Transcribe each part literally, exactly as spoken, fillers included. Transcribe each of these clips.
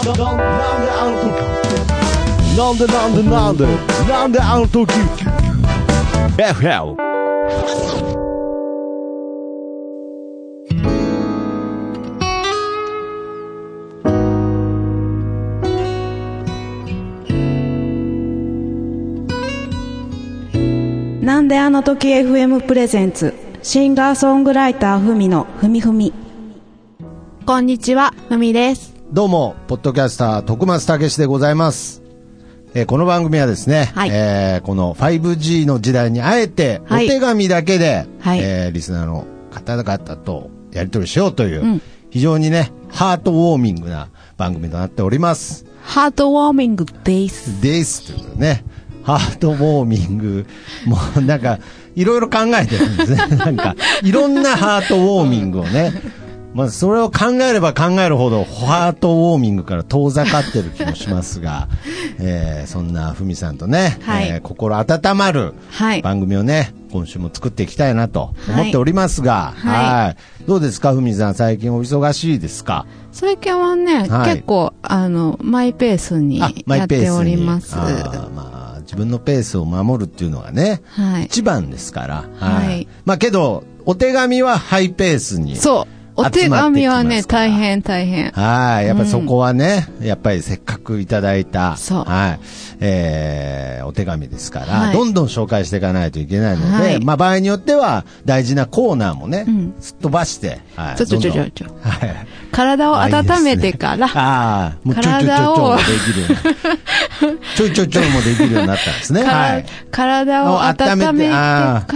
なんでなんでなんでなんであの時 エフエルなんであの時 エフエム プレゼンツシンガーソングライターふみのふみふみ。 こんにちは、ふみです。 どうもポッドキャスター徳松たけしでございます。えー、この番組はですね、はい、えー、この ファイブジー の時代にあえてお手紙だけで、はい、えー、リスナーの方々とやり取りしようという、うん、非常にねハートウォーミングな番組となっております。 ハートウォーミングですですということね、ハートウォーミングもうなんかいろいろ考えてるんですねなんかいろんなハートウォーミングをねまあ、それを考えれば考えるほどハートウォーミングから遠ざかってる気もしますが、えー、そんなふみさんとね、はい、えー、心温まる番組をね、今週も作っていきたいなと思っておりますが、はいはいはい、どうですかふみさん、最近お忙しいですか？ 最近はね、はい、結構あのマイペースにやっております。 あ、まあ、自分のペースを守るっていうのがね、はい、一番ですから、はいはい、まあけどお手紙はハイペースにそうお手紙はね、大変大変。 はい。やっぱりそこはね、うん、やっぱりせっかくいただいた、そう。はい。えー、お手紙ですから、はい、どんどん紹介していかないといけないので、はい、まあ場合によっては大事なコーナーもね、うん、すっ飛ばして、 はい。ちょちょちょちょちょ。はい。体を温めてから、 ああ、もうちょいちょいちょいもできるように。ちょいちょいちょいもできるようになったんですね。はい。 体を温めてから、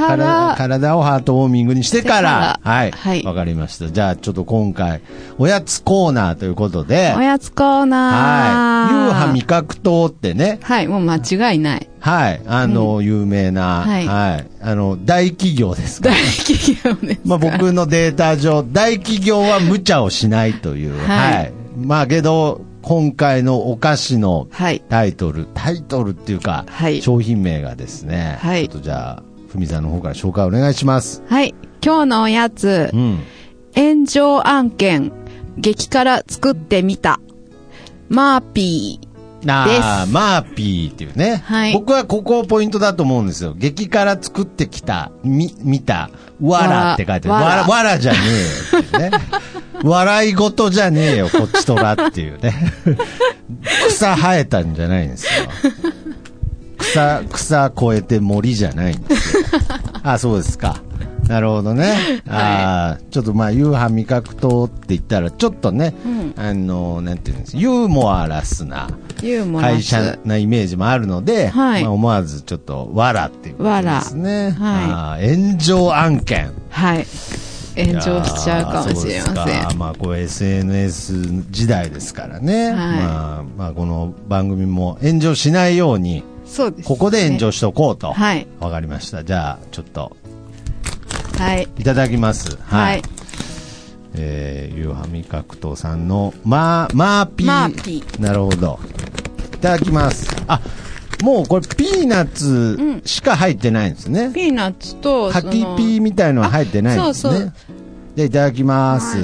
体をハートウォーミングにしてから、はい。はい。わかりました。じゃあ、ちょっと今回おやつコーナーということで、 おやつコーナー、はい、ユーハ味覚糖ってね、 はい、もう間違いない、 はい、あの、うん、有名な、はい、はい、あの大企業ですか、 大企業ですか、 まあ僕のデータ上大企業は無茶をしないという、はい、はい、まあけど今回のお菓子のタイトル、はい、タイトルっていうか、はい、商品名がですね、はい、ちょっとじゃあふみさんの方から紹介お願いします。 はい、今日のおやつ、うん、炎上案件激辛作ってみたマーピーです。 あー、マーピーっていうね、はい、僕はここポイントだと思うんですよ。激辛作ってきたみ見たわらって書いてある。わら、わらじゃねえよっていうね笑い事じゃねえよこっちとらっていうね草生えたんじゃないんですよ。草草越えて森じゃないんですよあ、そうですか。なるほどね。あ、はい、ちょっとまあユーハ味覚糖って言ったらちょっとね、うん、あのなんていうんですか、ユーモアラスな会社なイメージもあるので、はい、まあ、思わずちょっとわらっていうことですね。はい、あ、炎上案件。 はい。炎上しちゃうかもしれません。 そうですか。まあこう エスエヌエス 時代ですからね。はい、まあまあこの番組も炎上しないように、そうですね、ここで炎上しておこうと。はい。わかりました。じゃあちょっと。はい、いただきます。はい。はい、えー、ユーハ味覚糖さんのマーマーピー。マーピー。なるほど。いただきます。あ、もうこれピーナッツしか入ってないんですね。うん、 ピーナッツとハキピーみたいのは入ってないんですね。そうそう。じゃあいただきます。はい、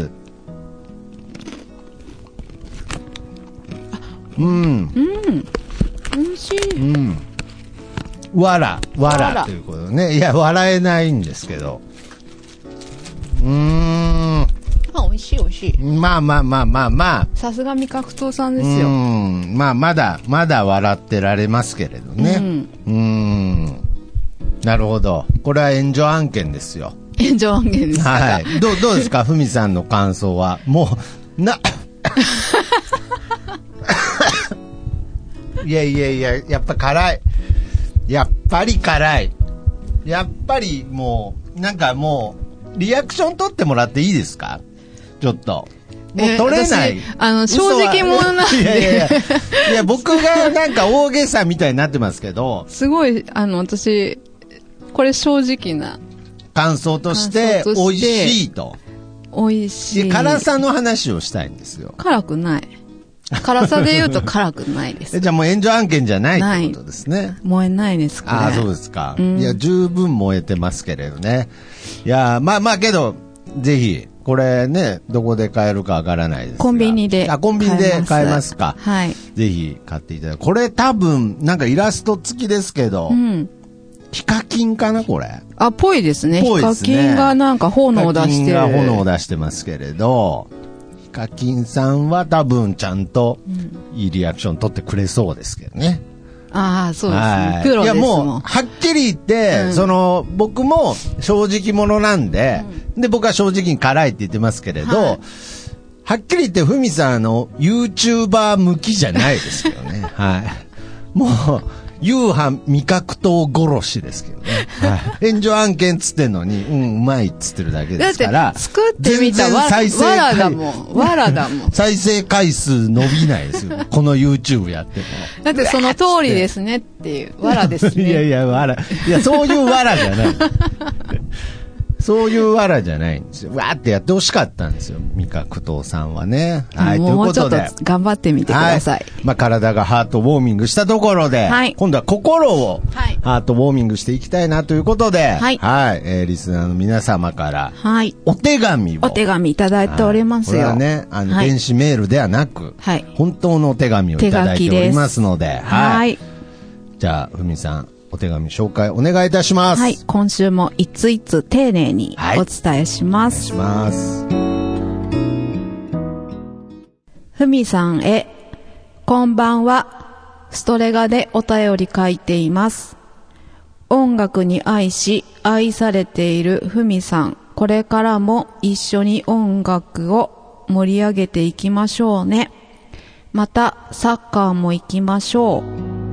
うん。うん。 美味しい。 うん。わらわらということね。いや笑えないんですけど。うーん、あ、 美味しい美味しい。 まあまあまあまあまあ、 さすが味覚糖さんですよ。 うん、まあまだまだ笑ってられますけれどね。うん、うーん、なるほど。これは炎上案件ですよ。 炎上案件ですか。 はい。どうどうですかふみさんの感想は。もうな。いやいやいや、やっぱ辛い。やっぱり辛い。やっぱりもうなんかもう。リアクション取ってもらっていいですか？ちょっと。もう取れない。 えー、あの、正直者なんで。いやいやいや。 いや、僕がなんか大げさみたいになってますけど。 すごい、あの、私、これ正直な。 感想として、美味しいと。 美味しい。 辛さの話をしたいんですよ。 辛くない。辛さで言うと辛くないです。 じゃあもう炎上案件じゃないってことですね。 燃えないですか、 ね、ああ、そうですか、うん。いや、十分燃えてますけれどね。いや、まあまあけど、ぜひ、 これね、どこで買えるかわからないですが。 コンビニで。 あ、コンビニで買えますか。 はい。 ぜひ買っていただく。これ多分、なんかイラスト付きですけど、うん。ヒカキンかなこれ。 あ、ぽいですね。 ぽいですね。 ヒカキンがなんか炎を出してる。ヒカキンが炎を出してますけれど、ヒカキンさんは多分ちゃんといいリアクション取ってくれそうですけどね。 うん、ああ、そうですね。プロですもん。いやもう、 はっきり言って、うん、その、僕も正直者なんで、うん、で、僕は正直に辛いって言ってますけれど、はい、はっきり言って、ふみさん、あの、YouTuber 向きじゃないですけどね。はい。もう、夕飯味覚糖殺しですけどね。はい。援助案件つってんのに、うん、うまいっつってるだけですから。 だって作ってみたわ、再生わらだもん。わらだもん。 再生回数伸びないですよ。この YouTube やっても。 だってその通りですねっていう。わらですね。 いやいや、わら。いや、そういうわらじゃない。そういうわらじゃないんですよ。わーってやってほしかったんですよ。味覚糖さんはね。 はい。ということで。もうちょっと頑張ってみてください。はい、 まあ、体がハートウォーミングしたところで、はい、今度は心をハートウォーミングしていきたいなということで、はい。はい。えー、リスナーの皆様から、はい。お手紙を。 お手紙いただいておりますよ。 これはね、あの、はい、電子メールではなく、はい。本当のお手紙をいただいておりますので、はい。はい。じゃあ、ふみさん。お手紙紹介お願いいたします。はい。 今週もいついつ丁寧にお伝えします。 はい、お願いします。 ふみさんへ、こんばんは。ストレガでお便り書いています。音楽に愛し、愛されているふみさん。これからも一緒に音楽を盛り上げていきましょうね。また、サッカーも行きましょう。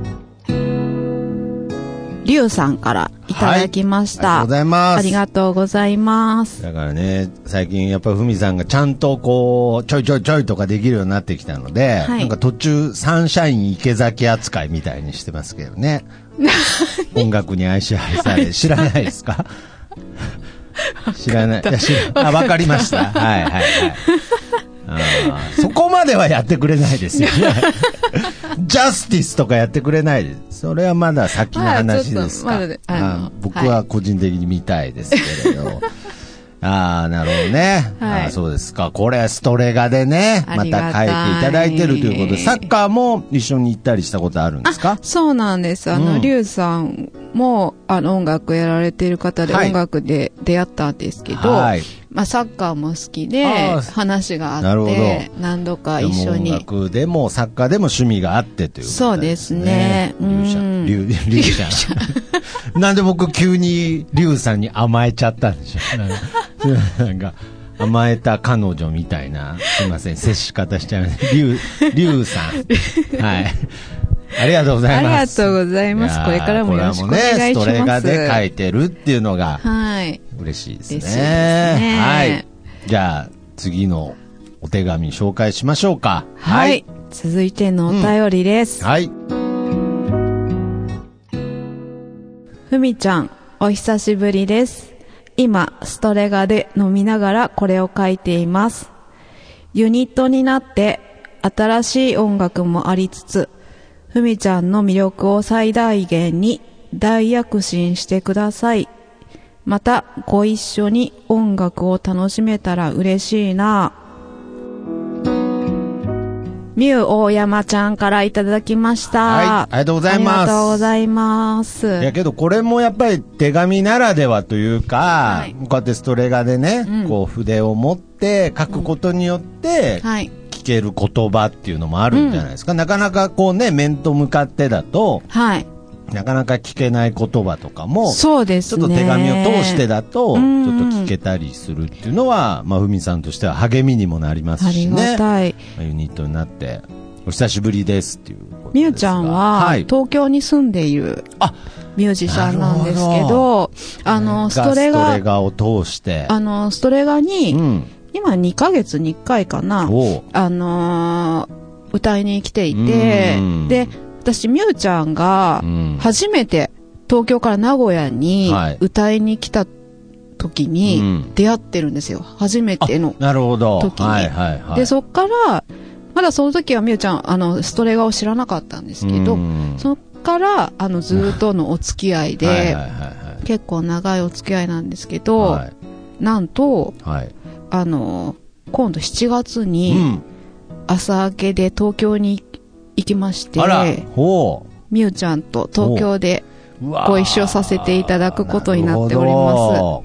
リュウさんからいただきました。 はい、ありがとうございます。 ありがとうございます。 だからね、最近やっぱりふみさんがちゃんとこう、ちょいちょいちょいとかできるようになってきたので、はい、なんか途中サンシャイン池崎扱いみたいにしてますけどね。音楽に愛し愛され、知らないですか？知らない。いや知らあ、わかりました。はいはいはい。あそこまではやってくれないですよね。ジャスティスとかやってくれないです。それはまだ先の話ですか。まああ僕は個人的に見たいですけれど。はい、ああ、なるほどね。はい、あそうですか。これストレガでね、また書いていただいてるということで、サッカーも一緒に行ったりしたことあるんですか？ そうなんです。あの、うん、リュウさんもあの音楽やられている方で、はい、音楽で出会ったんですけど、はい、まあ、サッカーも好きで話があって何度か一緒に音楽でもサッカーでも趣味があってということですね。 そうですね。 リュウちゃん、リュウ、リュウちゃん。なんで僕急にリュウさんに甘えちゃったんでしょう。なんか甘えた彼女みたいな、すいません、接し方しちゃうね。リュウ、リュウさん。はい。ありがとうございます。 ありがとうございます。これからもよろしくお願いします。これもね、ストレガで書いてるっていうのが、はい。嬉しいですね。嬉しいですね。はい。じゃあ、次のお手紙紹介しましょうか。はい。はい、続いてのお便りです。 うん、はい。 ふみちゃん、お久しぶりです。今、ストレガで飲みながらこれを書いています。ユニットになって、新しい音楽もありつつ、ふみちゃんの魅力を最大限に大躍進してください。またご一緒に音楽を楽しめたら嬉しいな。ミュウ大山ちゃんからいただきました。 はい、ありがとうございます。 ありがとうございます。 いやけどこれもやっぱり手紙ならではというか、はい、こうやってストレガでね、うん、こう筆を持って書くことによって、うん、はい。聞ける言葉っていうのもあるんじゃないですか、うん、なかなかこうね面と向かってだと、はい、なかなか聞けない言葉とかもそうですね、 ちょっと手紙を通してだとちょっと聞けたりするっていうのは、まあふみさんとしては励みにもなりますしね。 ありがたい。 ユニットになってお久しぶりですっていうことですが、 みゆちゃんは、はい、東京に住んでいるミュージシャンなんですけど、あのストレガ、 ストレガを通してあのストレガに、うん今にかげつにいっかいかな、あのー、歌いに来ていて、で、私、みゆちゃんが初めて東京から名古屋に歌いに来た時に出会ってるんですよ。初めての時に。 なるほど。はいはいはい。 で、そっから、まだその時はみゆちゃん、あの、ストレガを知らなかったんですけど、そっから、あの、ずっとのお付き合いで、結構長いお付き合いなんですけど、はい、なんと、はいあの、今度しちがつに、朝明けで東京に行きまして、 あら、ほう。 みゆちゃんと東京でご一緒させていただくことになっております。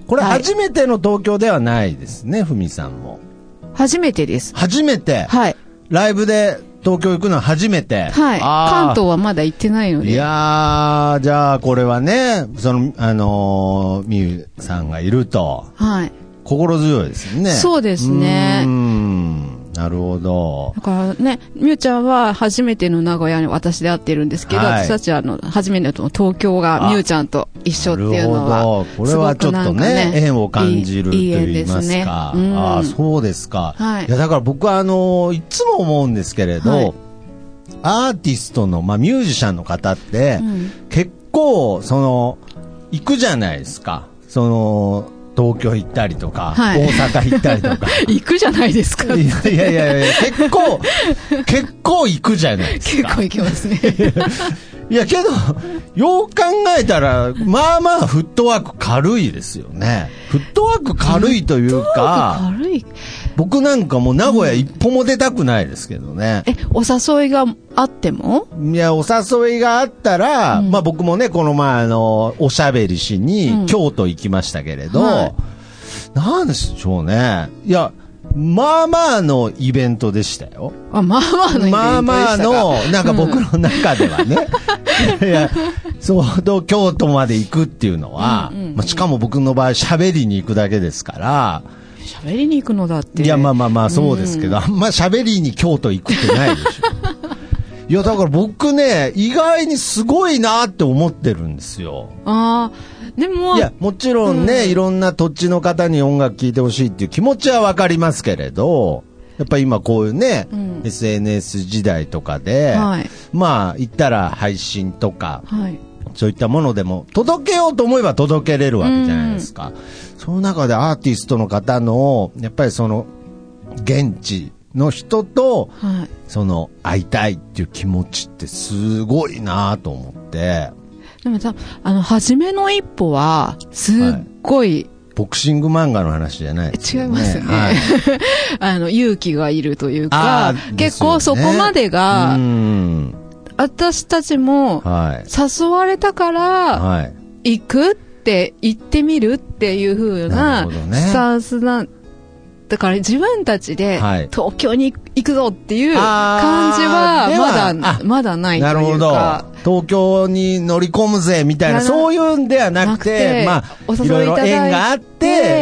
これ初めての東京ではないですね、ふみさんも。 初めてです。 初めて。 はい。 ライブで東京行くのは初めて。 はい。関東はまだ行ってないので。 いやー、じゃあこれはね、その、あのー、みゆさんがいると。 はい。 心強いですね。 そうですね。 うーん。なるほど。 だからね、みゆちゃんは初めての名古屋に私で会ってるんですけど、はい、私たちはあの、初めての東京がみゆちゃんと一緒っていうのは、 なるほど。これはちょっとね、縁を感じると言いますか。いいですね。うん、ああ、そうですか。はい。いや、だから僕はあの、いつも思うんですけれど、はい、アーティストの、まあミュージシャンの方って、うん、結構、その、行くじゃないですか。その、東京行ったりとか、はい、大阪行ったりとか。 行くじゃないですか。 いやいやいやいや、結構、結構行くじゃないですか。 結構行きますね。 いやけど、よう考えたら、まあまあフットワーク軽いですよね。フットワーク軽いというか、 軽い。 僕なんかもう名古屋一歩も出たくないですけどね。 うん、え、お誘いがあっても？ いや、お誘いがあったら、うん、まあ僕もね、この前あの、おしゃべりしに京都行きましたけれど、うんはい、なんでしょうね。いや、まあまあのイベントでしたよ。 あ、まあまあのイベントでしたか。 まあまあの、なんか僕の中ではね。うん、いや、そう、京都まで行くっていうのは、うんうんうんまあ、しかも僕の場合喋りに行くだけですから。 喋りに行くのだって。 いや、まあまあまあそうですけど、うん、あんま喋りに京都行くってないでしょ。いや、だから僕ね、意外にすごいなって思ってるんですよ。 ああ。でも、 いや、もちろんね、うん、いろんな土地の方に音楽聴いてほしいっていう気持ちはわかりますけれど、やっぱり今こういうね、うん、エスエヌエス 時代とかで、はい、まあ、言ったら配信とか、はい、そういったものでも届けようと思えば届けれるわけじゃないですか。うん、その中でアーティストの方の、やっぱりその、現地の人と、はい、その、会いたいっていう気持ちってすごいなと思って、 でもさ、あの、初めの一歩は、すっごい、はい、 ボクシング漫画の話じゃないですよね。違いますね。はい、あの、勇気がいるというか、ね、結構そこまでが、うん私たちも、誘われたから、行くって言ってみるっていう風な、スタンスな、だから自分たちで東京に行くぞっていう感じはまだ、まだないというか。なるほど。東京に乗り込むぜみたいな、そういうんではなくて、まあ、いろいろ縁があって、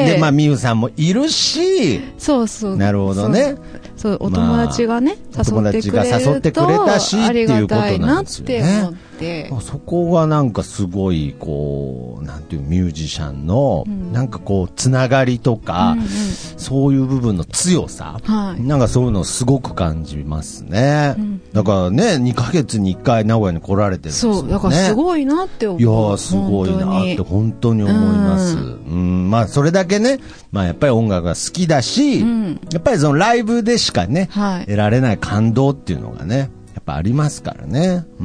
で、まあ、みゆさんもいるし、 そうそう。 なるほどね。 そう、お友達がね、 まあ、誘ってくれると、誘ってくれたし、っていうことなんですよね。そこがなんかすごい、こう、なんていうミュージシャンの、うん、なんかこう、つながりとか、うんうん、そういう部分の強さ、はい、なんかそういうのをすごく感じますね。うん、だからね、にかげつにいっかい名古屋に来られてるんですよね。そう、 だからすごいなって思う。 いやー、すごいなって本当に思います。うん、うんまあ、それだけね、まあやっぱり音楽が好きだし、うん、やっぱりそのライブでしかね、はい、得られない感動っていうのがね、やっぱありますからね。 うん。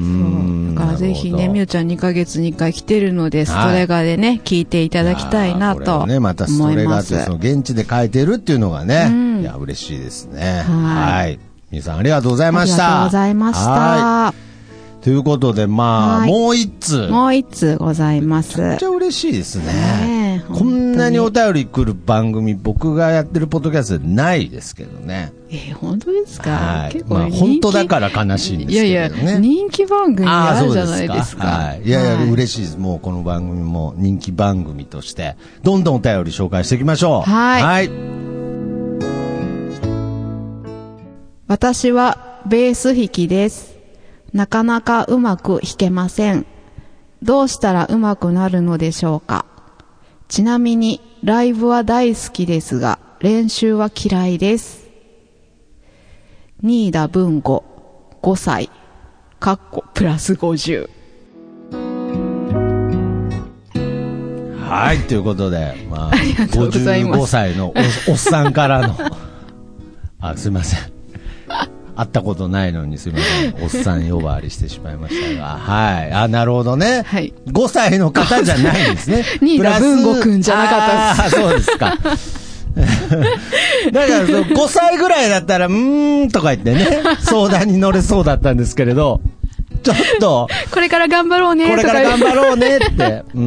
だからぜひね、みゆちゃんにかげつにいっかい来てるので、ストレガでね、聞いていただきたいなと思います。これね、またストレガってその現地で書いてるっていうのがね、うん、いや、嬉しいですね。はい。はい。皆さんありがとうございました。 ありがとうございました。 ということで、まあ、もう一通。 もう一通ございます。 めっちゃ嬉しいですね。ねこんなにお便り来る番組、僕がやってるポッドキャストでないですけどね。 えー、本当ですか、 はい、 結構、まあ、本当だから悲しいんですけどね。いやいや、 人気番組あるじゃないですか。 はい。いやいや、はい、嬉しいです。もうこの番組も人気番組として、どんどんお便り紹介していきましょう。 はい。はい。私はベース弾きです。なかなかうまく弾けません。どうしたらうまくなるのでしょうか。ちなみにライブは大好きですが、練習は嫌いです。新田文吾、ごさい、かっこプラスごじゅう。 はい、ということで、まあ、あごじゅうごさいの お, おっさんからの、あ、すいません。会ったことないのにすみません。おっさん呼ばわりしてしまいましたが。はい。あ、なるほどね。はい。ごさいの方じゃないんですね。 新田文吾くんじゃなかったです。 あ、そうですか。 だからそのごさいぐらいだったらうーんとか言ってね相談に乗れそうだったんですけれど、ちょっとこれから頑張ろうねこれから頑張ろうねってうん、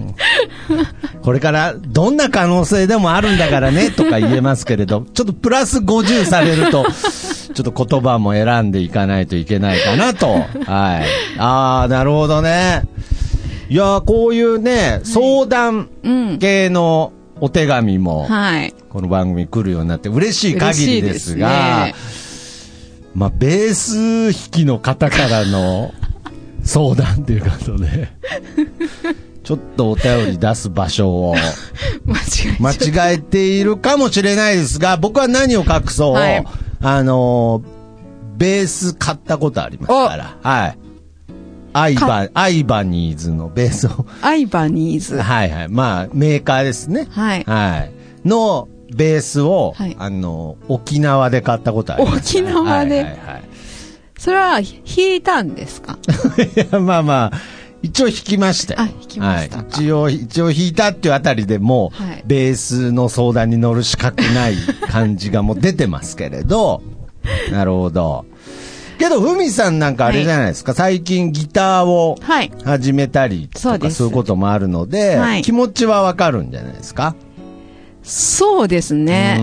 これからどんな可能性でもあるんだからねとか言えますけれど、ちょっとプラスごじゅうされるとちょっと言葉も選んでいかないといけないかなと。はい。ああ、なるほどね。いや、こういうね、相談系のお手紙も、はい、この番組来るようになって嬉しい限りですが、まあ、ベース弾きの方からの相談ということで、ちょっとお便り出す場所を間違えているかもしれないですが、僕は何を隠そう、はい、あのベース買ったことありますから、はい。アイバ、アイバニーズのベースを。 アイバニーズ。 はいはい。まあ、メーカーですね。はい。はい。のベースを、はい、あの、沖縄で買ったことあります、 ね。沖縄で、はいはいはい。それは弾いたんですか？ いや、まあまあ、一応弾きましたよ。 あ、弾きましたか。 はい、一応、一応弾いたっていうあたりでもう、はい、ベースの相談に乗る資格ない感じがもう出てますけれど、なるほど。けど、ふみさんなんかあれじゃないですか、はい、最近ギターを始めたりとか、はい、そういうこともあるので、はい、気持ちはわかるんじゃないですか？ そうですね。うん、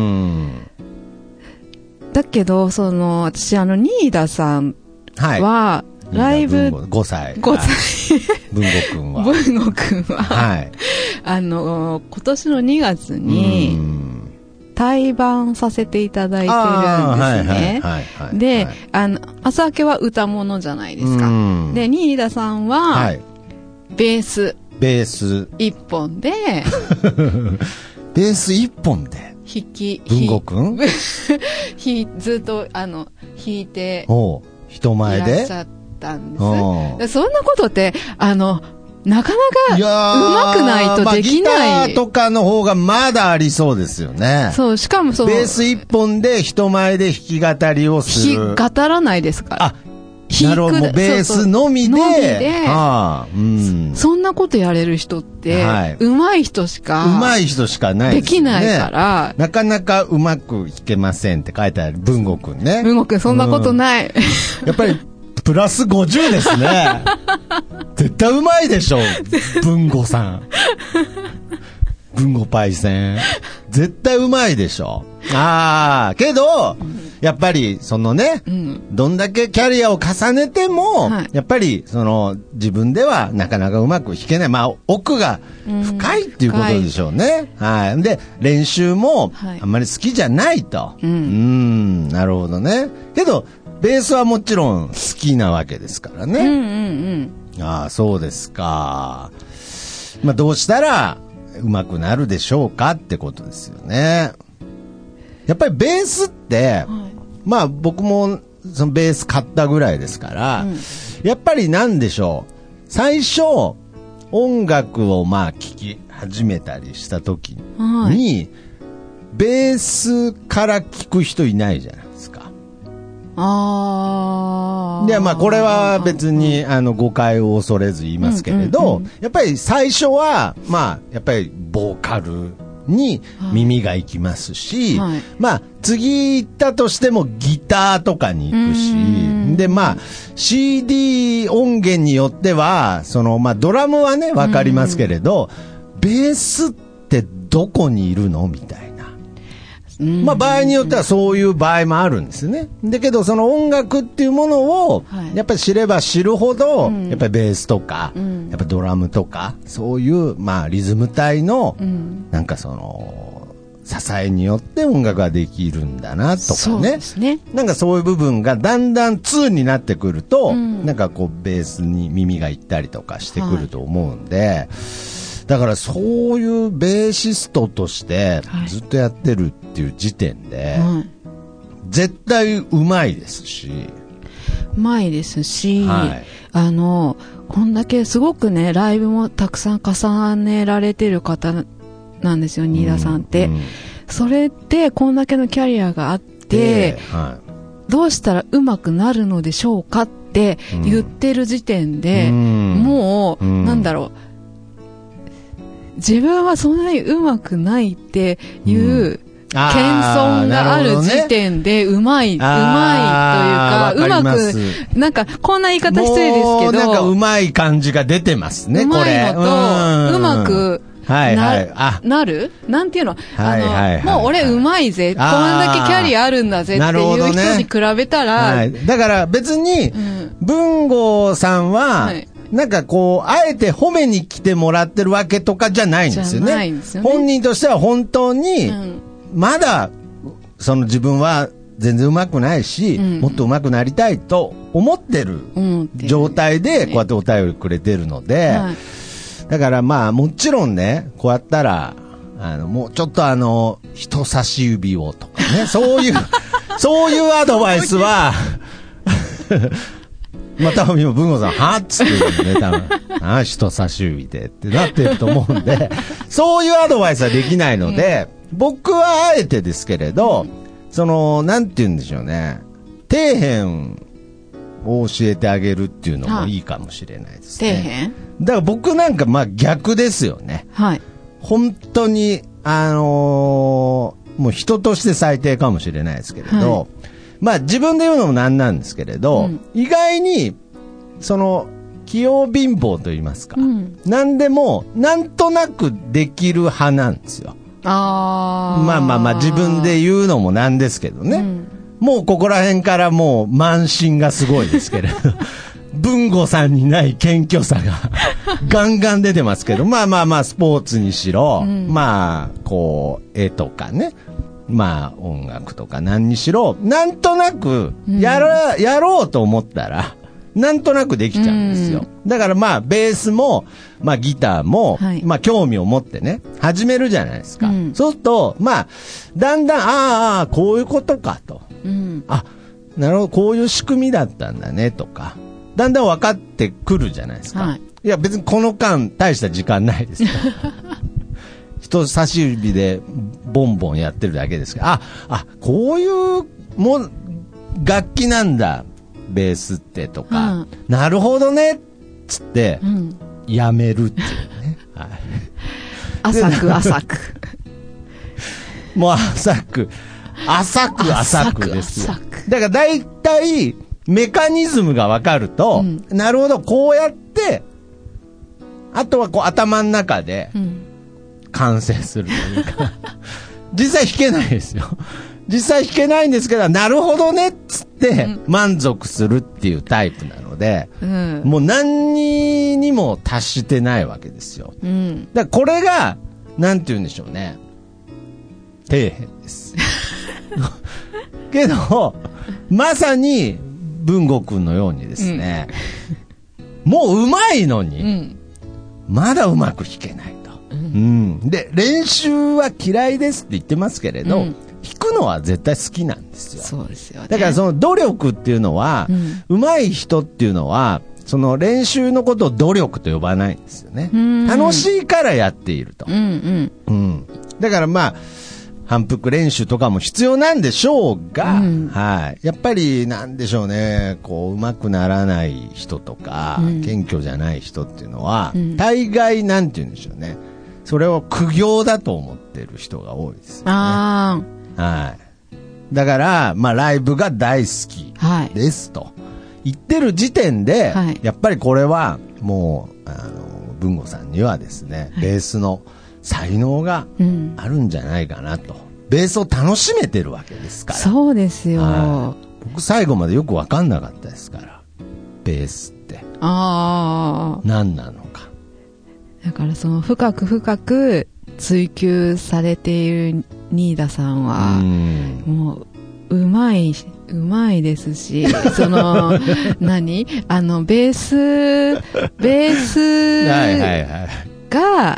だけど、その、私、あの、新田さんは、はい、ライブ、 ごさい。 ごさい。 文吾くんは。 文吾くんは、はい、あの、今年のにがつに、対バンさせていただいてるんですね。で、あの、朝明けは歌物じゃないですか。で、新田さんは、はい、ベース。 ベース。 一本で、 ベース一本で弾き、 文吾くんずっと、あの、弾いて、 お人前でいらっしゃったんです。そんなことって、あの、なかなか上手くないとできない。 まあ、ギターとかの方がまだありそうですよね。 そう、しかもそのベース一本で人前で弾き語りをする。 弾き語らないですから。 あ、なるほど、もうベースのみで。のみで、 はあ、うん。そんなことやれる人って、はい、上手い人しか。 上手い人しかないですね。 できないから。 なかなかうまく弾けませんって書いてある文吾くんね。 文吾くん、そんなことない。 うん、やっぱり、プラスごじゅうですね。絶対うまいでしょ、文吾さん。文吾パイセン。絶対うまいでしょ。ああ、けど、やっぱり、そのね、うん、どんだけキャリアを重ねても、はい、やっぱり、その、自分ではなかなかうまく弾けない。まあ、奥が深いっていうことでしょうね。うん、はい。で、練習も、あんまり好きじゃないと。はい、うん、うん、なるほどね。けど、ベースはもちろん好きなわけですからね。うんうんうん、ああ、そうですか。まあ、どうしたら上手くなるでしょうかってことですよね。やっぱりベースって、はい、まあ僕もそのベース買ったぐらいですから、うん、やっぱりなんでしょう。最初、音楽をまあ聴き始めたりした時に、はい、ベースから聴く人いないじゃないですか。 あで、まあこれは別にあの誤解を恐れず言いますけれど、うんうんうん、やっぱり最初はまあやっぱりボーカルに耳が行きますし、はい、まあ次行ったとしてもギターとかに行くし、でまあ シーディー 音源によってはそのまあドラムはねわかりますけれど、ベースってどこにいるのみたいな。まあ場合によってはそういう場合もあるんですね。だけどその音楽っていうものをやっぱり知れば知るほど、やっぱりベースとか、やっぱドラムとか、そういうまあリズム体のなんかその支えによって音楽ができるんだなとかね。なんかそういう部分がだんだんツーになってくると、なんかこうベースに耳がいったりとかしてくると思うんで、だからそういうベーシストとしてずっとやってるっていう時点で、はい、絶対うまいですしうまいですし、はい、あのこんだけすごくねライブもたくさん重ねられてる方なんですよ、新田さんって、うんうん、それってこんだけのキャリアがあって、はい、どうしたらうまくなるのでしょうかって言ってる時点で、うん、もう、うん、なんだろう、自分はそんなに上手くないっていう、うん、 謙遜がある時点でうまい、うまいというか、うまく、なんか、こんな言い方失礼ですけど、 なんかうまい感じが出てますね、これ。 うまいのと、うまく、 はいはい、 あなるなんていうの、 はいはいはいはい、 あの、もう俺うまいぜ、こんだけキャリアあるんだぜっていう人に比べたら、 ねはい、だから別に、文豪さんは、はい、なんかこう、あえて褒めに来てもらってるわけとかじゃないんですよね。じゃないんですよね。本人としては本当に、うんまだ、その自分は全然上手くないし、うん、もっと上手くなりたいと思ってる状態で、こうやってお便りくれてるので、はい、だからまあもちろんね、こうやったら、あの、もうちょっとあの、人差し指をとかね、そういう、そういうアドバイスは、まあ多分今文吾さん、はっつってるんでね、多分、ああ、人差し指でってなってると思うんで、そういうアドバイスはできないので、うん僕はあえてですけれど、うん、その、なんて言うんでしょうね。底辺を教えてあげるっていうのもいいかもしれないですね。 底辺？ だから僕なんかまあ逆ですよね。 はい。 本当に、あのー、もう人として最低かもしれないですけれど、はい、まあ自分で言うのもなんなんですけれど、うん、意外に、その、器用貧乏と言いますか、うん、何でもなんとなくできる派なんですよ。 あまあまあまあ自分で言うのもなんですけどね、うん、もうここら辺からもう慢心がすごいですけれど文吾さんにない謙虚さがガンガン出てますけどまあまあまあスポーツにしろ、うん、まあこう絵とかねまあ音楽とか何にしろなんとなくやら、うん、やろうと思ったらなんとなくできちゃうんですよ。うん、だからまあベースも、まあギターも、はい、まあ興味を持ってね、始めるじゃないですか。うん、そうすると、まあ、だんだん、ああ、ああ、こういうことかと。うん、あ、なるほど、こういう仕組みだったんだねとか、だんだん分かってくるじゃないですか。はい、いや別にこの間大した時間ないですよ。人差し指でボンボンやってるだけですから、あ、あ、こういうも楽器なんだ。ベースってとか、うん、なるほどねっつって、うん、やめるっていうね、はい、 浅く浅くもう浅く浅く浅くですよ。だからだいたいメカニズムが分かると、うん、なるほどこうやってあとはこう頭の中で完成するというか、うん、実際弾けないですよ。実際弾けないんですけど、なるほどねっつって満足するっていうタイプなので、うん、もう何にも達してないわけですよ。うん、だからこれがなんて言うんでしょうね、底辺ですけどまさに文吾くんのようにですね、うん、もう上手いのに、うん、まだうまく弾けないと、うんうん、で練習は嫌いですって言ってますけれど、うん弾くのは絶対好きなんですよ。 そうですよね。 だからその努力っていうのは、うん、上手い人っていうのは、その練習のことを努力と呼ばないんですよね。楽しいからやっていると。うんうんうん、だからまあ、反復練習とかも必要なんでしょうが、うん、はい。やっぱりなんでしょうね、こう、上手くならない人とか、うん、謙虚じゃない人っていうのは、うん、大概なんて言うんでしょうね。それを苦行だと思ってる人が多いですよね。あーはい。だから、まあ、ライブが大好きですと、はい、言ってる時点で、はい、やっぱりこれは、もう、あの、文吾さんにはですね、はい、ベースの才能があるんじゃないかなと。うん、ベースを楽しめてるわけですから。 そうですよ。はい、 僕、最後までよく分かんなかったですから、ベースって。ああ。何なのか。 だからその深く深く追求されている新田さんはもううまいうまいですし、その何あのベースベースが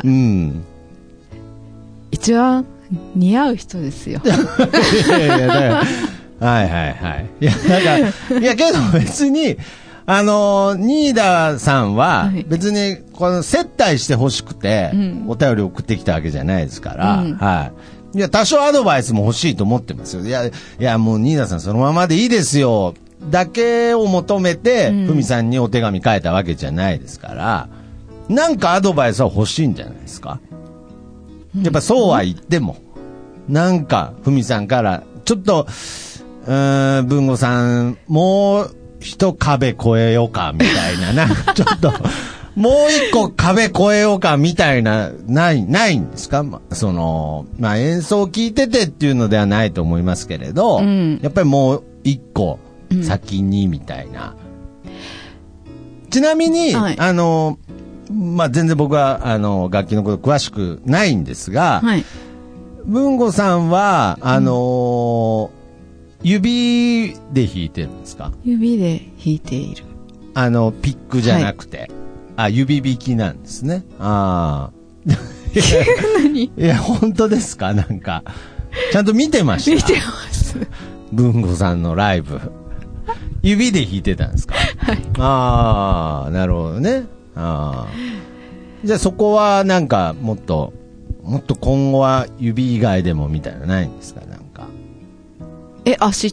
一番似合う人ですよ。いやいやだからはいはいはい。いやだからいやけど別に。あのー、新田さんは別にこの接待してほしくてお便り送ってきたわけじゃないですから、うん、はい。いや、多少アドバイスも欲しいと思ってますよ。いや、いやもう新田さんそのままでいいですよ。だけを求めて、ふみさんにお手紙書いたわけじゃないですから、なんかアドバイスは欲しいんじゃないですか。やっぱそうは言っても。 なんか、ふみさんから、ちょっと、うーん、文吾さん、もう一壁越えようか、みたいな、なんかちょっと、もう一個壁越えようか、みたいな、ない、ないんですか？その、まあ、演奏を聞いててっていうのではないと思いますけれど、うん、やっぱりもう一個先に、みたいな。うん、ちなみに、はい、あの、まあ、全然僕は、あの、楽器のこと詳しくないんですが、はい、文吾さんは、あのーうん、指で弾いてるんですか？ 指で弾いている。 あの、ピックじゃなくて。はい、あ、指弾きなんですね。ああ。何？いや、本当ですか？なんか、ちゃんと見てました。 見てます。 文吾さんのライブ。指で弾いてたんですか？ はい。 ああ、なるほどね。ああ。じゃあそこはなんかもっと、もっと今後は指以外でもみたいなのないんですか？なんか。 え、足。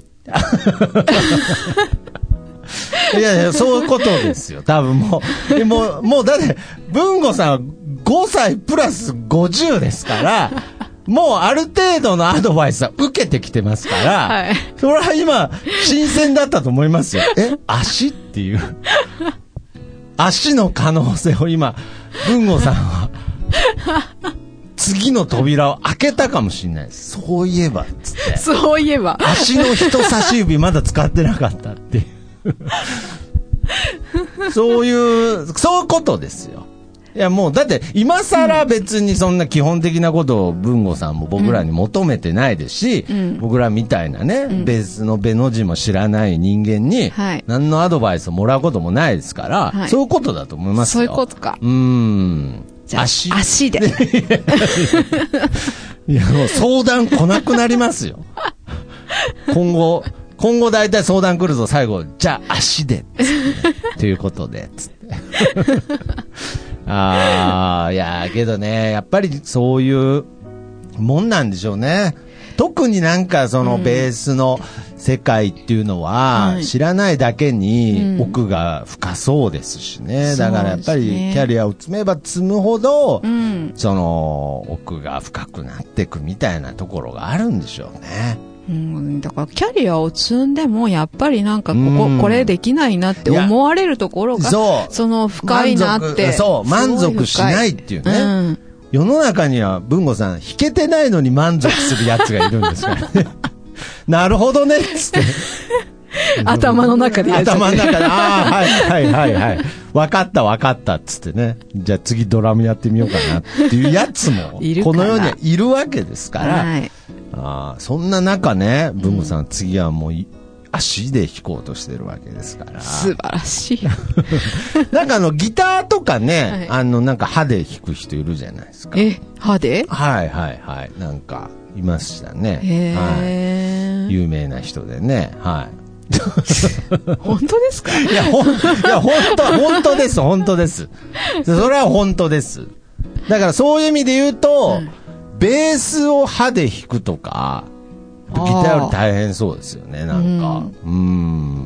いやいや、そういうことですよ。多分もう、でも、もうだって、文吾さんはごさいプラスごじゅうですから、もうある程度のアドバイスは受けてきてますから、はい、それは今、新鮮だったと思いますよ。え、足っていう。足の可能性を今、文吾さんは、次の扉を開けたかもしれないです。そういえば、つって。 そういえば。 足の人差し指まだ使ってなかったっていう。そういう、そういうことですよ。いやもう、だって、今更別にそんな基本的なことを文吾さんも僕らに求めてないですし、うん、僕らみたいなね、うん、ベースのベの字も知らない人間に、はい、何のアドバイスをもらうこともないですから、はい、そういうことだと思いますよ。 そういうことか。 うーん。 じゃあ足。足で。 いや、もう相談来なくなりますよ。今後、今後大体相談来るぞ、最後、じゃあ足で、つって、ね、ということで、つって。ああ、いや、けどね、やっぱりそういうもんなんでしょうね。特になんかそのベースの世界っていうのは、知らないだけに奥が深そうですしね。うん、だからやっぱりキャリアを積めば積むほど、うん、その奥が深くなっていくみたいなところがあるんでしょうね。 うん、だからキャリアを積んでもやっぱりなんかここ、うん、これできないなって思われるところがそうその深いなってそう満足しないっていうね、うん、世の中には文吾さん弾けてないのに満足するやつがいるんですからねなるほどねっつって頭の中でやっちゃって頭の中でああはいはいはいはい分かった分かったっつってねじゃあ次ドラムやってみようかなっていうやつもこの世にはいるわけですから、はい、あそんな中ね文吾さん、うん、次はもう足で弾こうとしてるわけですから素晴らしいなんかあのギターとかね、はい、あのなんか歯で弾く人いるじゃないですかえ歯ではいはいはいなんかいましたね、はい、有名な人でねはい本当ですかいや、ほん、いや、本当、本当です、本当です。それは本当です。だからそういう意味で言うと、うん、ベースを歯で弾くとか、ギターより大変そうですよね、なんか。うん。うん。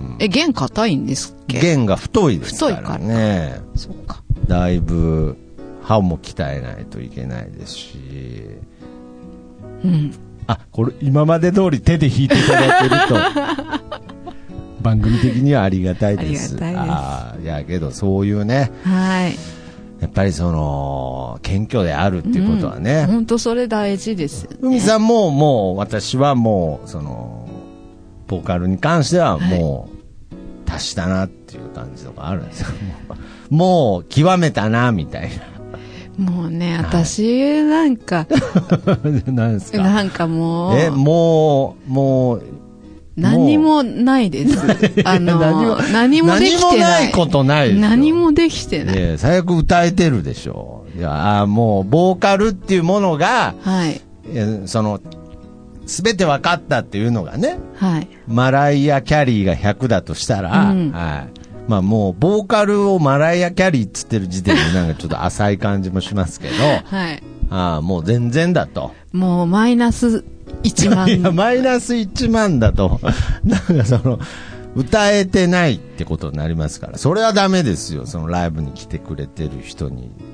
え、弦硬いんですっけ？ 弦が太いですからね。 太いから。そうか。 だいぶ、歯も鍛えないといけないですし。 うん。 あ、これ、今まで通り手で弾いていただけると。番組的にはありがたいです。 ありがたいです。 あいやけどそういうね、 はい、 やっぱりその謙虚であるっていうことはね、 本当、うん、それ大事ですよね。 海さんももう私はもうそのボーカルに関してはもう達したなっていう感じとかあるんですよ。もう極めたなみたいな。もうね、私なんかなんですか。 なんかもうえもうもう。 何にもないです。あの、何も、何もできてない。何もないことないですよ。 何もできてない。 いや、最悪歌えてるでしょ。いや、あもう、ボーカルっていうものが、 はい。 その、すべて分かったっていうのがね、 はい。 マライア・キャリーがひゃくだとしたら、うん、はい。まあもう、ボーカルをマライア・キャリーっつってる時点でなんかちょっと浅い感じもしますけど、 はい。 あもう全然だと。 もう、マイナス、いちまんいやマイナスいちまんだとなんかその歌えてないってことになりますからそれはダメですよそのライブに来てくれてる人に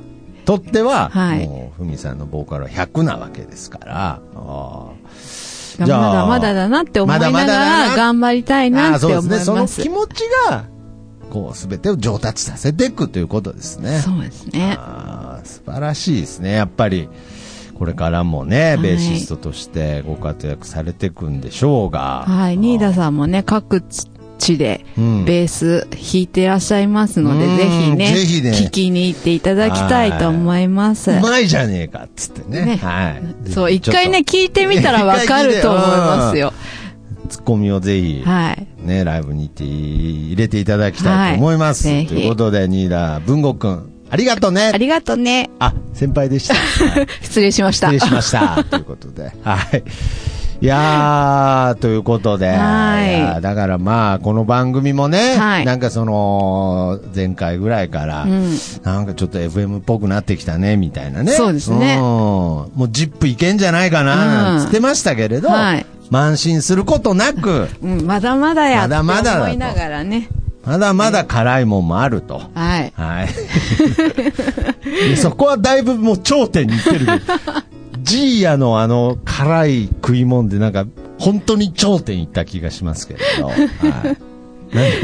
とっては、 はい、 もうふみさんのボーカルはひゃくなわけですから、あまだまだだなって思いながら頑張りたいなって思います。 そうですね。その気持ちがこう全てを上達させていくということですね。 そうですね。 あ素晴らしいですね。やっぱりこれからもね、ベーシストとしてご活躍されていくんでしょうが、 はい、新田さんもね各地でベース弾いていらっしゃいますので、うん、ぜひね、ぜひね聞きに行っていただきたいと思います。 うまいじゃねえかっつってね。ね、はい。 そう一回ね聞いてみたらわかると思いますよ。 ツッコミをぜひ、 はいね、ライブに行って入れていただきたいと思います。はい、ということで、新田文吾くん、ありがとうね。 ありがとうね。 あ、先輩でした。はい、 失礼しました。 失礼しました。ということで、はい。いやー、ということで、 はい、いやだからまあ、この番組もね、 はい、 なんかその、前回ぐらいから、うん、なんかちょっと エフエム っぽくなってきたね、みたいなね。 そうですね。 うん、もう、ジップいけんじゃないかな、なんつってましたけれど、 うん、はい、 慢心することなく、 うん、まだまだやって思いながらね。 まだまだ辛いもんもあると。 はい。 はい。そこはだいぶもう頂点にいってる。ジーヤのあの辛い食い物でなんか本当に頂点いった気がしますけれど。はい。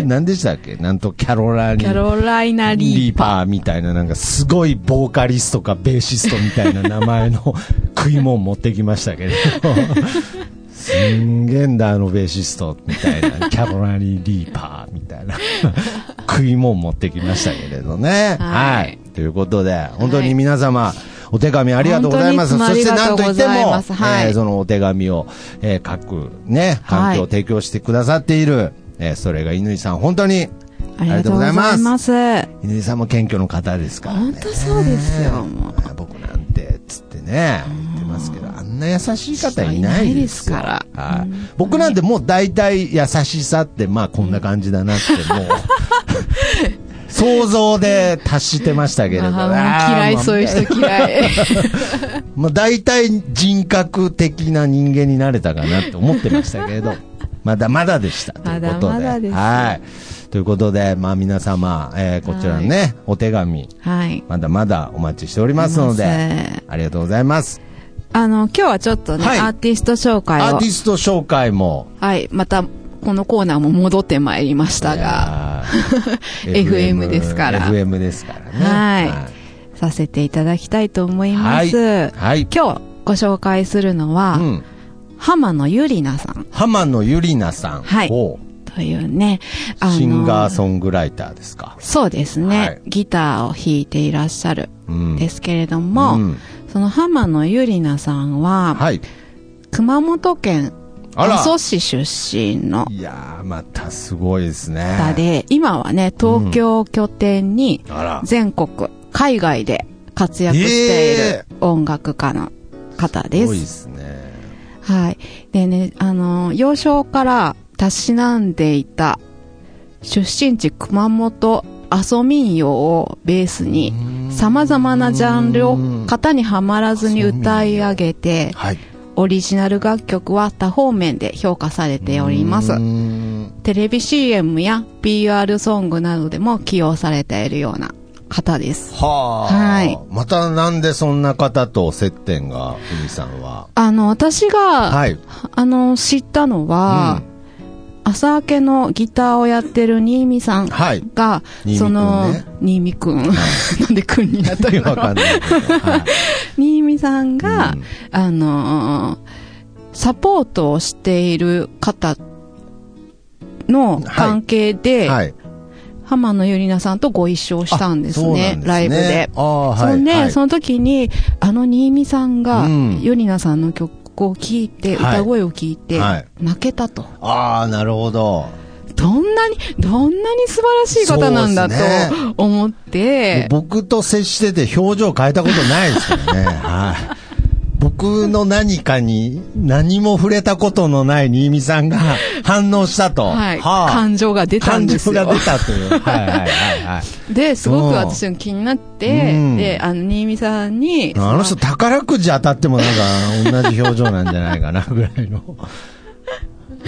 なんでしたっけなんとキャロライナ・キャロライナリーパー。 リーパーみたいななんかすごいボーカリストかベーシストみたいな名前の食い物持ってきましたけれど。すんげんだあのベーシストみたいなキャロライナ・リーパーみたいな食い物持ってきましたけれどね。はい、はい。ということで本当に皆様、はい、お手紙ありがとうございます。そして何といっても、はい、えー、そのお手紙を、えー、書くね環境を提供してくださっている、はい、えー、それが乾さん本当にありがとうございます。 ます乾さんも謙虚の方ですからね。 本当そうですよ。もう僕なんてつってね言ってますけど、あんな優しい方いないですから。はい、僕なんてもう大体優しさってまあこんな感じだなってもう。想像で達してましたけれど、 あ嫌い、まあ、そういう人嫌い。 まあ大体人格的な人間になれたかなって思ってましたけれど、まだまだでしたということで、 まだまだです。 はい。ということで、まあ皆様、えー、こちらのね、はい、お手紙、 はい、 まだまだお待ちしておりますので、ありがとうございます。 あの今日はちょっとね、はい、アーティスト紹介を、 アーティスト紹介も、 はい、またこのコーナーも戻ってまいりましたがエフエム ですからエフエム ですからね、 はい、はい、させていただきたいと思います、 はいはい、 今日ご紹介するのは、うん、浜野ゆりなさん浜野ゆりなさん、 はい、というね、あのシンガーソングライターですか。 そうですね、はい、ギターを弾いていらっしゃるんですけれども、うん、その浜野ゆりなさんは、はい、熊本県阿蘇市出身の、 いやーまたすごいですね。 方で、今はね東京を拠点に全国、うん、海外で活躍している音楽家の方です。すごいですね。 はい。でね、あの幼少からたしなんでいた出身地熊本阿蘇民謡をベースにさまざまなジャンルを型にはまらずに歌い上げて、はい、オリジナル楽曲は多方面で評価されております。テレビ シーエム や ピーアール ソングなどでも起用されているような方です。 はあ、はい。またなんでそんな方と接点が、ふみさんは。 あの、私が、はい、あの、知ったのは、うん朝明けのギターをやってる新見さんが、はい、その新見くん、ね、なんでくんになったのか新見さんが、うん、あのー、サポートをしている方の関係で、はいはい、浜野ゆりなさんとご一緒したんですね、ですねライブで。あ、はい、そんで、はい、その時にあの新見さんが、うん、ゆりなさんの曲を聞いて、はい、歌声を聞いて、はい、泣けたと。 ああ、なるほど。 どんなにどんなに素晴らしい方なんだと思って、 ね、僕と接してて表情変えたことないですからね。はい。僕の何かに何も触れたことのない新見さんが反応したと、 はいはあ、感情が出たんですよ。 感情が出たという。はいはいはいはい。 で、すごく私も気になって、うん、で、あの新見さんに、 あの人宝くじ当たってもなんか同じ表情なんじゃないかなぐらいの。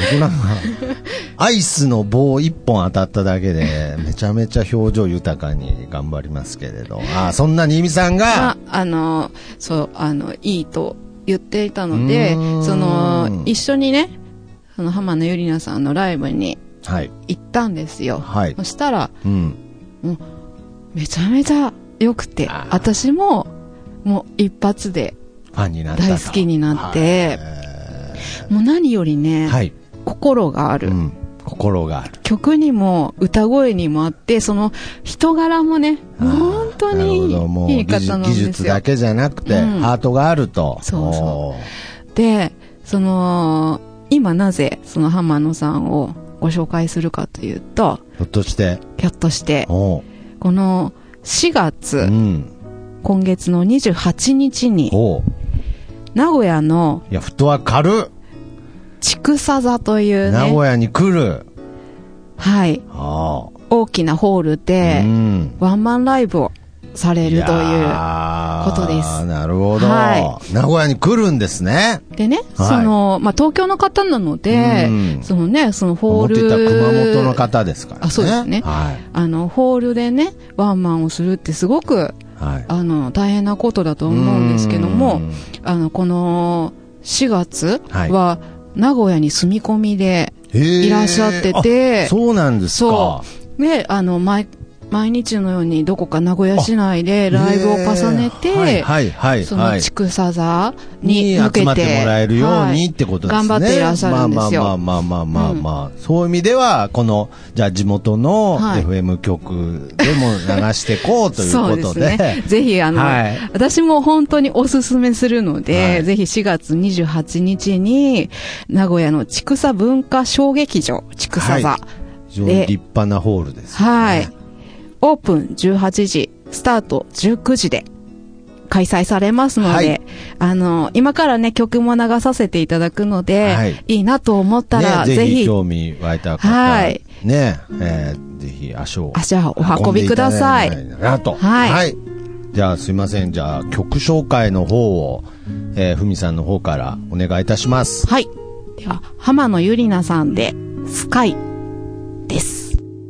僕なんかアイスの棒一本当たっただけでめちゃめちゃ表情豊かに頑張りますけれど、あ、そんな新見さんが、 まあ、あのそうあのいいと言っていたので、その一緒にね、その浜野ゆりなさんのライブに行ったんですよ。はい、そしたら、うん、もうめちゃめちゃ良くて、私ももう一発でファンになった、 大好きになって、もう何よりね、はい、心がある、うん、 心がある曲にも歌声にもあって、その人柄もね、本当にいい方なんですよ。技術だけじゃなくて、うん、ハートがあると。 そうそうで、その今なぜその浜野さんをご紹介するかというと、 ひょっとしてひょっとしてこのしがつ、うん、今月のにじゅうはちにちに名古屋の、 いや、フットワーク軽っ、 筑佐座というね、 名古屋に来る、 はい、あ大きなホールでワンマンライブをされるということです。 なるほど、はい、名古屋に来るんですね。 でね、はい、そのまあ、東京の方なので、そのね、そのホール、 思ってた熊本の方ですからね。 あ、そうですね、はい、あのホールでねワンマンをするってすごく、はい、あの大変なことだと思うんですけども、あのこのしがつは、はい、名古屋に住み込みでいらっしゃってて、 そうなんですか。 そうで、あの毎毎日のようにどこか名古屋市内でライブを重ねて、はいはいはい、その筑佐座に向けて集まってもらえるようにってことですね。 頑張っていらっしゃるんですよ。 まあまあまあまあまあまあ、うん、そういう意味ではこのじゃあ地元の エフエム 局でも流していこうということで、 そうですね、ぜひあの、はい、私も本当におすすめするので、はい、ぜひしがつにじゅうはちにちに名古屋の筑佐文化小劇場筑佐座、はい、 非常に立派なホールですね。 はい、オープンじゅうはちじ、スタートじゅうくじで開催されますので、はい、あの、今からね、曲も流させていただくので、はい、いいなと思ったら、 ね、 ぜひ。 ぜひ興味湧いた方、はい、ね、えー、ぜひ足を。 足をお運びください。 なと。はい。はい。じゃあ、すいません。じゃあ、曲紹介の方を、えー、ふみさんの方からお願いいたします。 はい。では、浜野ゆりなさんで、スカイです。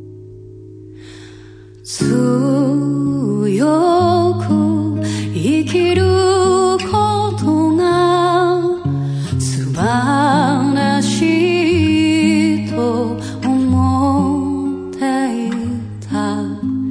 強く生きることが素晴らしいと思っていた。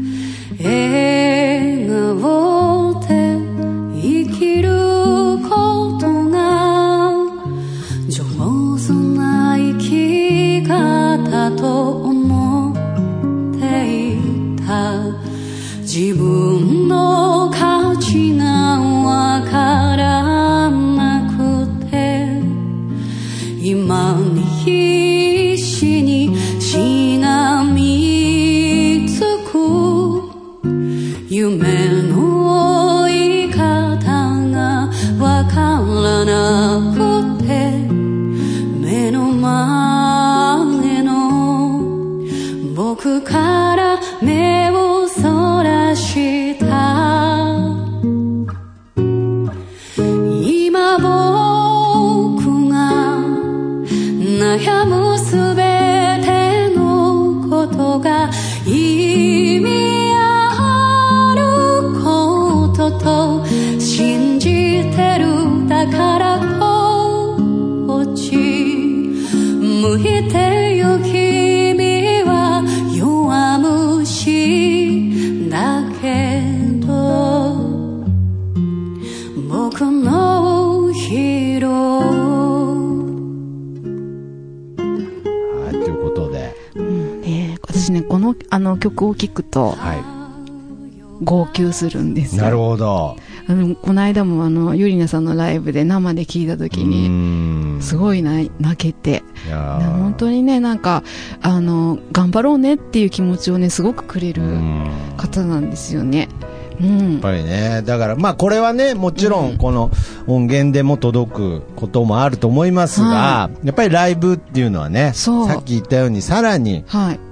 笑顔で生きることが上手な生き方と思っていた。自分の価値がわからなくて今に必死にしがみつく。夢の追い方がわからなくて目の前の僕から目をそらした今僕が悩むすべてのことが意味あることと信じてる。だからこっち向いてよ君は弱虫だけど僕のヒーロー。はい、ということで、 うんね、私ねこのあの曲を聴くと、はい、号泣するんですよ。 なるほど。 あのこの間もあのゆりなさんのライブで生で聴いた時にすごい泣けて、いや本当にねなんかあの頑張ろうねっていう気持ちをねすごくくれる方なんですよね。うん、 やっぱりね、だからまあこれはねもちろんこの音源でも届くこともあると思いますが、はい、やっぱりライブっていうのはね、さっき言ったようにさらに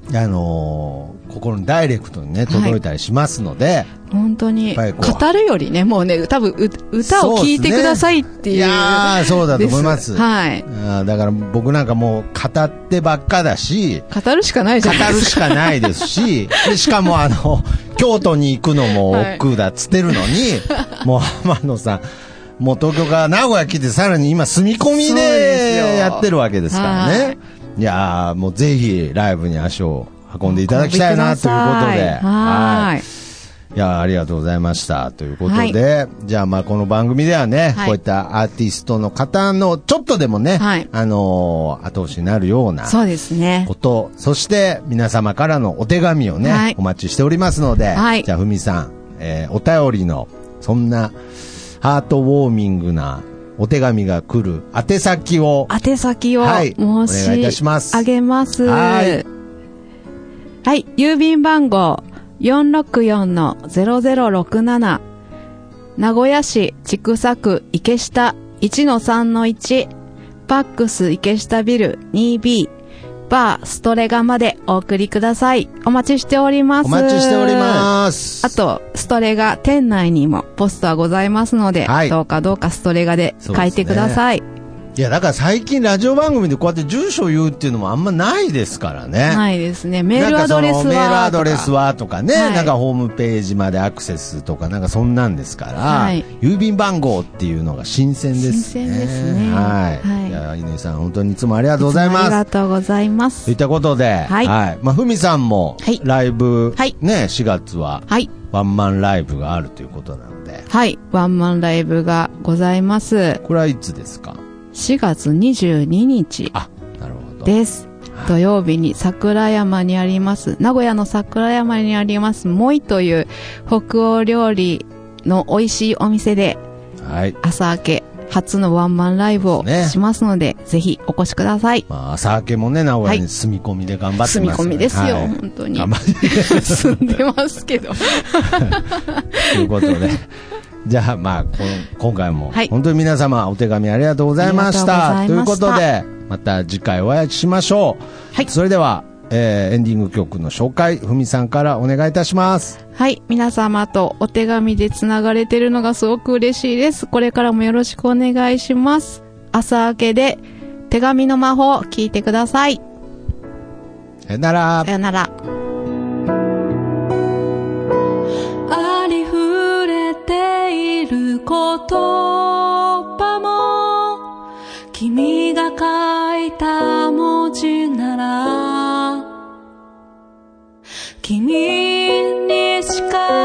あのー、心にダイレクトにね、届いたりしますので。はい、 本当に、語るよりね、もうね、多分、歌を聴いてくださいっていう。いやー、そうだと思います。 はい。 あだから僕なんかもう語ってばっかだし。 語るしかないじゃないですか。 語るしかないですし、でしかもあの、京都に行くのも億劫だっつってるのに、はい、もう浜野さん、もう東京から名古屋来てさらに今住み込みでやってるわけですからね。いやー、もうぜひライブに足を運んでいただきたいなということで。はい。いや、ありがとうございました。ということで、はい、じゃあまあこの番組ではね、はい、こういったアーティストの方のちょっとでもね、はい、あのー、後押しになるようなそうですね。 こと、そして皆様からのお手紙をね、はい、お待ちしておりますので、はい、じゃあふみさん、えー、お便りのそんなハートウォーミングなお手紙が来る宛先を宛先を、はい、申し上げます。はい。はい、郵便番号 よんろくよんのゼロゼロろくなな 名古屋市千種区池下 いちのさんのいち パックス池下ビル にビー バーストレガまでお送りください。お待ちしております。 お待ちしております。 あとストレガ店内にもポスターございますので、はい、どうかどうかストレガで書いてください。 いや、だから最近ラジオ番組でこうやって住所を言うっていうのもあんまないですからね。 ないですね。メールアドレスはとか。 メールアドレスはとかね、はい、なんかホームページまでアクセスとかなんかそんなんですから、はい、郵便番号っていうのが新鮮ですね。新鮮ですね。はい。はい、いや、稲さん本当にいつもありがとうございます。ありがとうございます。 といったことで、はい。はい、まあ、ふみさんもライブ、はい、ね、しがつは、はい。ワンマンライブがあるということなので。 はい。ワンマンライブがございます。 これはいつですか？ しがつにじゅうににちです。土曜日に桜山にあります、名古屋の桜山にあります、もいという北欧料理の美味しいお店で、はい、朝明け初のワンマンライブをしますので、ね、ぜひお越しください。 まあ、朝明けもね、名古屋に住み込みで頑張ってます、ね。 住み込みですよ、はい、本当に。頑張って住んでますけど。 ということで。じゃあ、まあ、この今回も、本当に皆様お手紙ありがとうございました。ということで、また次回お会いしましょう。はい。それでは、えー、エンディング曲の紹介、ふみさんからお願いいたします。 はい。皆様とお手紙でつながれてるのがすごく嬉しいです。これからもよろしくお願いします。朝明けで手紙の魔法聞いてください。 さよなら。 さよなら。 言葉も君が書いた文字なら君にしか